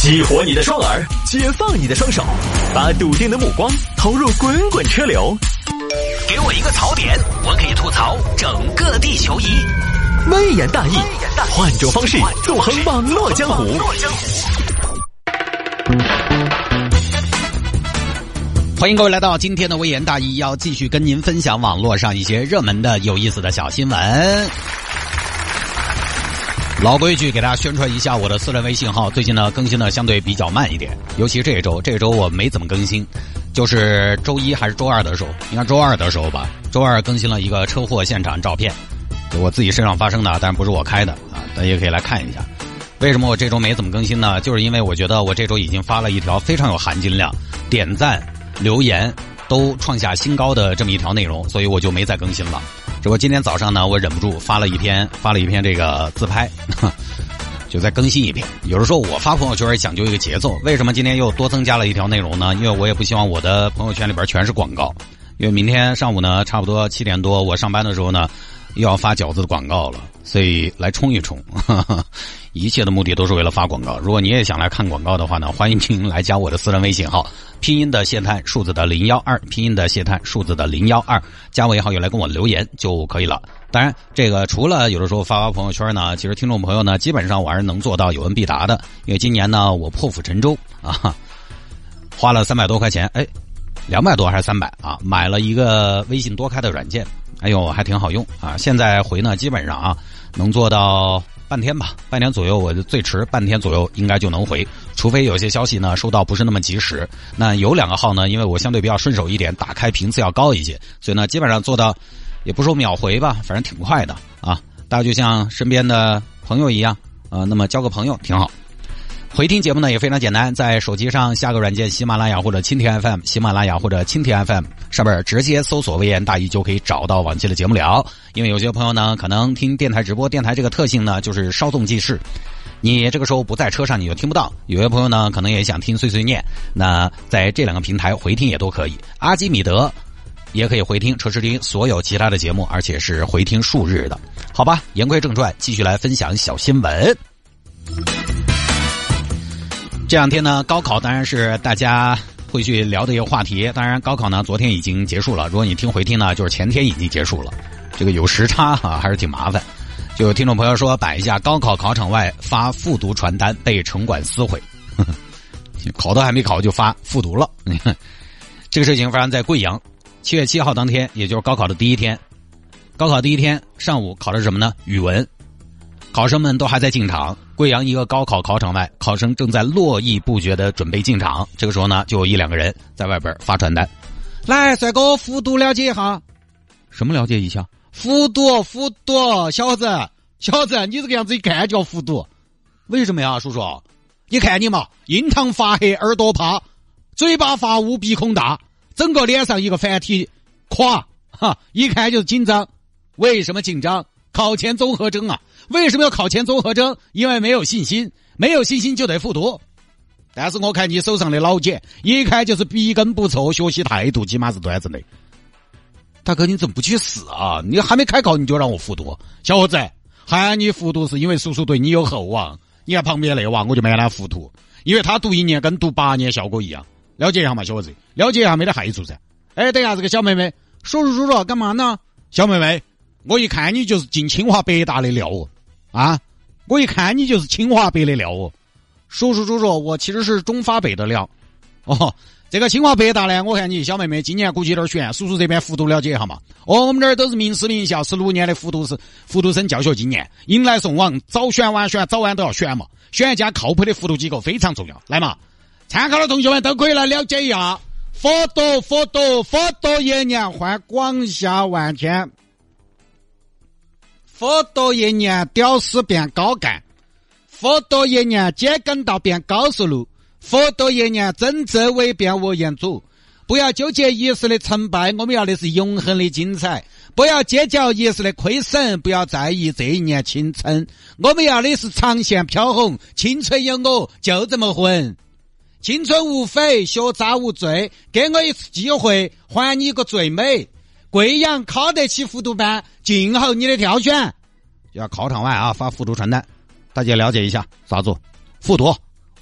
激活你的双耳，解放你的双手，把笃定的目光投入滚滚车流。给我一个槽点，我可以吐槽整个地球仪。微言大义，换种方式纵横网络江湖。 欢迎各位来到今天的微言大义，要继续跟您分享网络上一些热门的有意思的小新闻。老规矩，给大家宣传一下我的私人微信号，最近呢更新的相对比较慢一点，尤其这一周我没怎么更新，就是周一还是周二的时候，应该周二的时候吧，周二更新了一个车祸现场照片，就我自己身上发生的，但是不是我开的啊，大家也可以来看一下。为什么我这周没怎么更新呢？就是因为我觉得我这周已经发了一条非常有含金量、点赞、留言都创下新高的这么一条内容，所以我就没再更新了。结果今天早上呢，我忍不住发了一篇这个自拍，就再更新一篇。有的时候我发朋友圈也讲究一个节奏，为什么今天又多增加了一条内容呢？因为我也不希望我的朋友圈里边全是广告，因为明天上午呢，差不多7点多我上班的时候呢，又要发饺子的广告了，所以来冲一冲。一切的目的都是为了发广告。如果你也想来看广告的话呢，欢迎您来加我的私人微信号，拼音的谢探数字的012，拼音的谢探数字的012，加为好友来跟我留言就可以了。当然这个除了有的时候发朋友圈呢，其实听众朋友呢基本上我还是能做到有问必答的。因为今年呢我破釜沉舟啊，花了300多块钱，200多还是300啊，买了一个微信多开的软件，哎呦还挺好用啊。现在回呢基本上啊能做到半天吧，半天左右，我最迟半天左右应该就能回，除非有些消息呢收到不是那么及时。那有2个号呢，因为我相对比较顺手一点，打开频次要高一些，所以呢基本上做到也不说秒回吧，反正挺快的啊。大家就像身边的朋友一样那么交个朋友挺好。回听节目呢也非常简单，在手机上下个软件喜马拉雅或者蜻蜓 FM， 喜马拉雅或者蜻蜓 FM 上面直接搜索微言大义就可以找到往期的节目了。因为有些朋友呢可能听电台直播，电台这个特性呢就是稍纵即逝，你这个时候不在车上你就听不到。有些朋友呢可能也想听碎碎念，那在这2个平台回听也都可以。阿基米德也可以回听，车时听所有其他的节目，而且是回听数日的。好吧，言归正传，继续来分享小新闻。这2天呢，高考当然是大家会去聊的一个话题。当然，高考呢昨天已经结束了，如果你听回听呢，就是前天已经结束了。这个有时差还是挺麻烦。就有听众朋友说摆一下高考考场外发复读传单被城管撕毁，考都还没考就发复读了。这个事情发生在贵阳，7月7号当天，也就是高考的第一天。高考第一天上午考的是什么呢？语文。考生们都还在进场，贵阳一个高考考场外，考生正在络绎不绝的准备进场。这个时候呢，就有1-2个人在外边发传单。来，帅哥，复读了解一下。什么了解一下？复读，小子，你这个样子一看就要复读。为什么呀，叔叔？你看你嘛，印堂发黑，耳朵趴，嘴巴发乌，鼻孔大，整个脸上一个繁体垮，一看就是紧张。为什么紧张？考前综合征啊。为什么要考前综合征？因为没有信心，没有信心就得复读。但是我看你手上的老茧，一看就是笔根不臭，学习态度起码是端正的。大哥，你怎么不去死啊？你还没开考你就让我复读？小伙子，喊你复读是因为叔叔对你有厚望。你看旁边那娃，我就没让他复读，因为他读1年跟读8年效果一样。了解一下嘛，小伙子，了解一下没得害处噻。哎，等一下这个小妹妹，叔叔干嘛呢？小妹妹，我一看你就是进清华北大的料啊！我一看你就是清华北的料叔叔，我其实是中发北的料。这个清华北大呢，我看你小妹妹今年估计有点悬，叔叔这边复读了解一下嘛。我们这儿都是名师名校，16年的复读生教学经验，迎来送往，早选晚选，早晚都要选嘛。选一家靠谱的复读机构非常重要。来嘛，参考的同学们都可以来了解一下。复读1年换广厦万千。复读1年屌丝变高干，复读1年秸秆道变高速路，复读1年曾志伟变我彦祖。不要纠结一时的成败，我们要的是永恒的精彩。不要计较一时的亏损，不要在意这1年青春。我们要的是长线飘红，青春有我就这么混。青春无悔，学渣无罪，给我一次机会，还你一个最美。贵阳考得起复读班，静候你的挑选。要考场外发复读传单，大家了解一下啥子复读。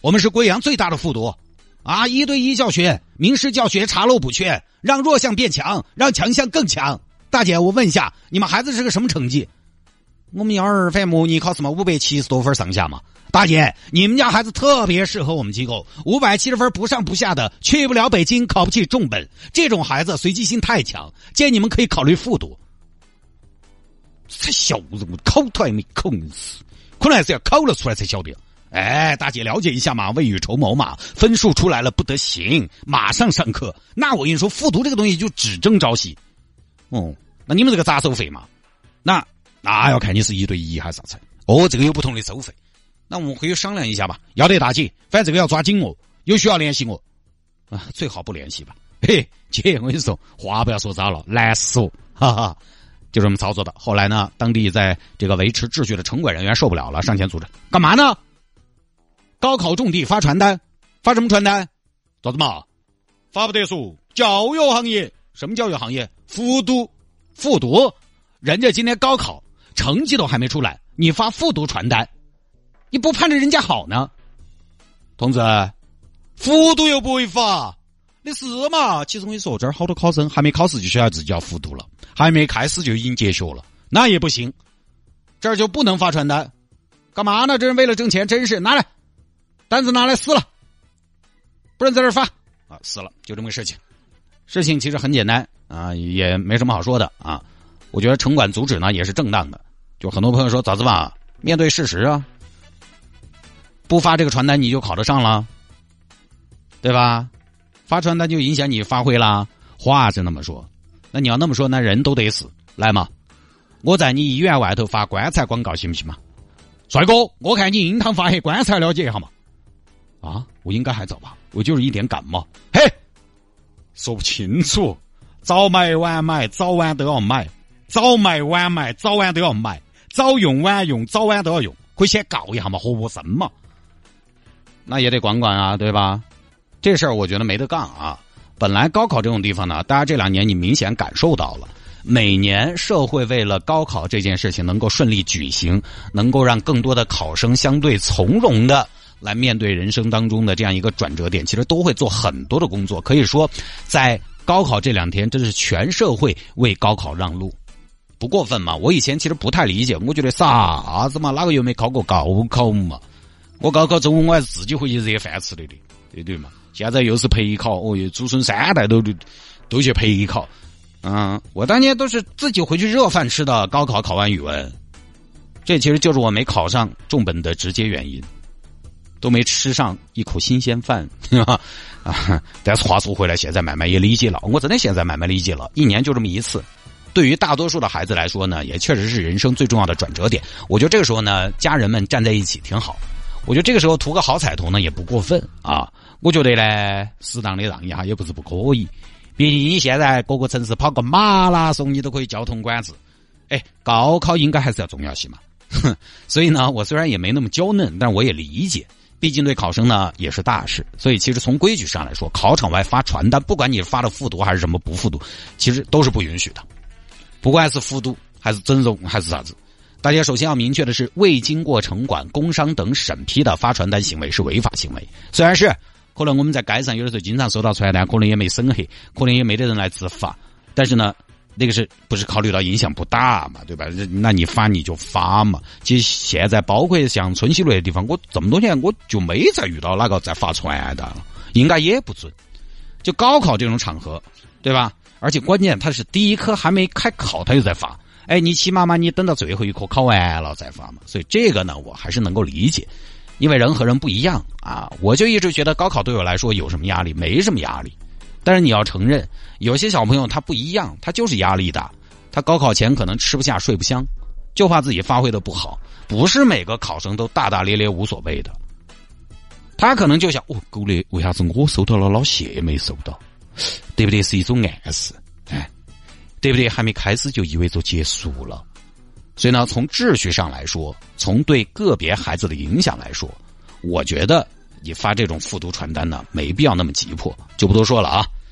我们是贵阳最大的复读啊！1对1教学，名师教学，查漏补缺，让弱项变强，让强项更强。大姐，我问一下，你们孩子是个什么成绩？我们幼儿反正模拟考试嘛，570多分上下嘛。大姐，你们家孩子特别适合我们机构，570分不上不下的，去不了北京，考不起重本。这种孩子随机性太强，建议你们可以考虑复读。这小子，我考都还没考死，可能还是要考了出来才晓得。哎，大姐了解一下嘛，未雨绸缪嘛，分数出来了不得行，马上上课。那我跟你说，复读这个东西就只争朝夕。哦，那你们这个咋收费嘛？那要看你是1对1还是啥子。哦，这个有不同的收费。那我们可以商量一下吧，要得大姐，反正这个要抓紧哦，有需要联系我。啊，最好不联系吧。嘿，姐，我跟你说，话不要说早了，难死我，哈哈。就这么操作的。后来呢，当地在这个维持秩序的城管人员受不了了，上前阻止。干嘛呢？高考重地发传单，发什么传单？咋子嘛？发不得说教育行业。什么教育行业？复读。人家今天高考成绩都还没出来，你发复读传单，你不盼着人家好呢？同志，复读又不违法，你是嘛？其实我跟你说，这儿好多考生还没考试就晓得自己要复读了，还没开始就已经结学了，那也不行，这儿就不能发传单。干嘛呢？这人为了挣钱，真是拿来单子拿来撕了，不能在这儿发啊！撕了，就这么个事情。事情其实很简单啊，也没什么好说的啊。我觉得城管阻止呢也是正当的。就很多朋友说，咋子吧？面对事实啊，不发这个传单你就考得上了，对吧？发传单就影响你发挥啦。话是那么说，那你要那么说，那人都得死。来嘛，我在你医院外头发棺材广告行不行嘛？帅哥，我看你印堂发黑，棺材了解一下嘛。啊，我应该还早吧，我就是一点感冒。嘿，说不清楚，早买晚买，早晚都要买，早买晚买，早晚都要买，早用晚用，早晚都要用，可以先告一下嘛，活生嘛。那也得管管啊，对吧？这事儿我觉得没得杠啊。本来高考这种地方呢，大家这2年你明显感受到了，每年社会为了高考这件事情能够顺利举行，能够让更多的考生相对从容的来面对人生当中的这样一个转折点，其实都会做很多的工作。可以说在高考这2天真是全社会为高考让路，不过分嘛？我以前其实不太理解，我觉得啥子嘛，哪个又没考过高考嘛？我高考中午我还是自己回去热饭吃的，对嘛？现在又是陪考，祖孙3代都去陪考。我当年都是自己回去热饭吃的。高考考完语文，这其实就是我没考上重本的直接原因，都没吃上一口新鲜饭但是话说回来，现在慢慢也理解了，我真的现在慢慢理解了，1年就这么一次，对于大多数的孩子来说呢，也确实是人生最重要的转折点。我觉得这个时候呢，家人们站在一起挺好。我觉得这个时候图个好彩头呢也不过分啊。我觉得呢，适当的让一下也不是不可以。毕竟你现在各个城市跑个马拉松，你都可以交通管制。高考应该还是要重要些嘛。所以呢，我虽然也没那么娇嫩，但我也理解。毕竟对考生呢也是大事，所以其实从规矩上来说，考场外发传单，不管你发的复读还是什么不复读，其实都是不允许的。不管是复读还是整容还是啥子，大家首先要明确的是，未经过城管、工商等审批的发传单行为是违法行为。虽然是可能我们在街上有的时候经常收到传单，可能也没审核，可能也没得人来执法，但是呢，那个是不是考虑到影响不大嘛，对吧？那你发你就发嘛。其实现在包括像春熙路的地方，我这么多年我就没再遇到哪个在发传单了，应该也不准。就高考这种场合，对吧？而且关键他是第一科还没开考他就在发，你起码嘛你等到最后一科考完了再发嘛。所以这个呢我还是能够理解，因为人和人不一样啊。我就一直觉得高考对我来说有什么压力？没什么压力。但是你要承认，有些小朋友他不一样，他就是压力大，他高考前可能吃不下睡不香，就怕自己发挥的不好。不是每个考生都大大咧咧无所谓的，他可能就想，狗嘞，为啥子我收到了老谢没收到？对不对？是一种暗示，对不对？还没开始就意味着结束了。所以呢，从秩序上来说，从对个别孩子的影响来说，我觉得你发这种复读传单呢，没必要那么急迫，就不多说了啊。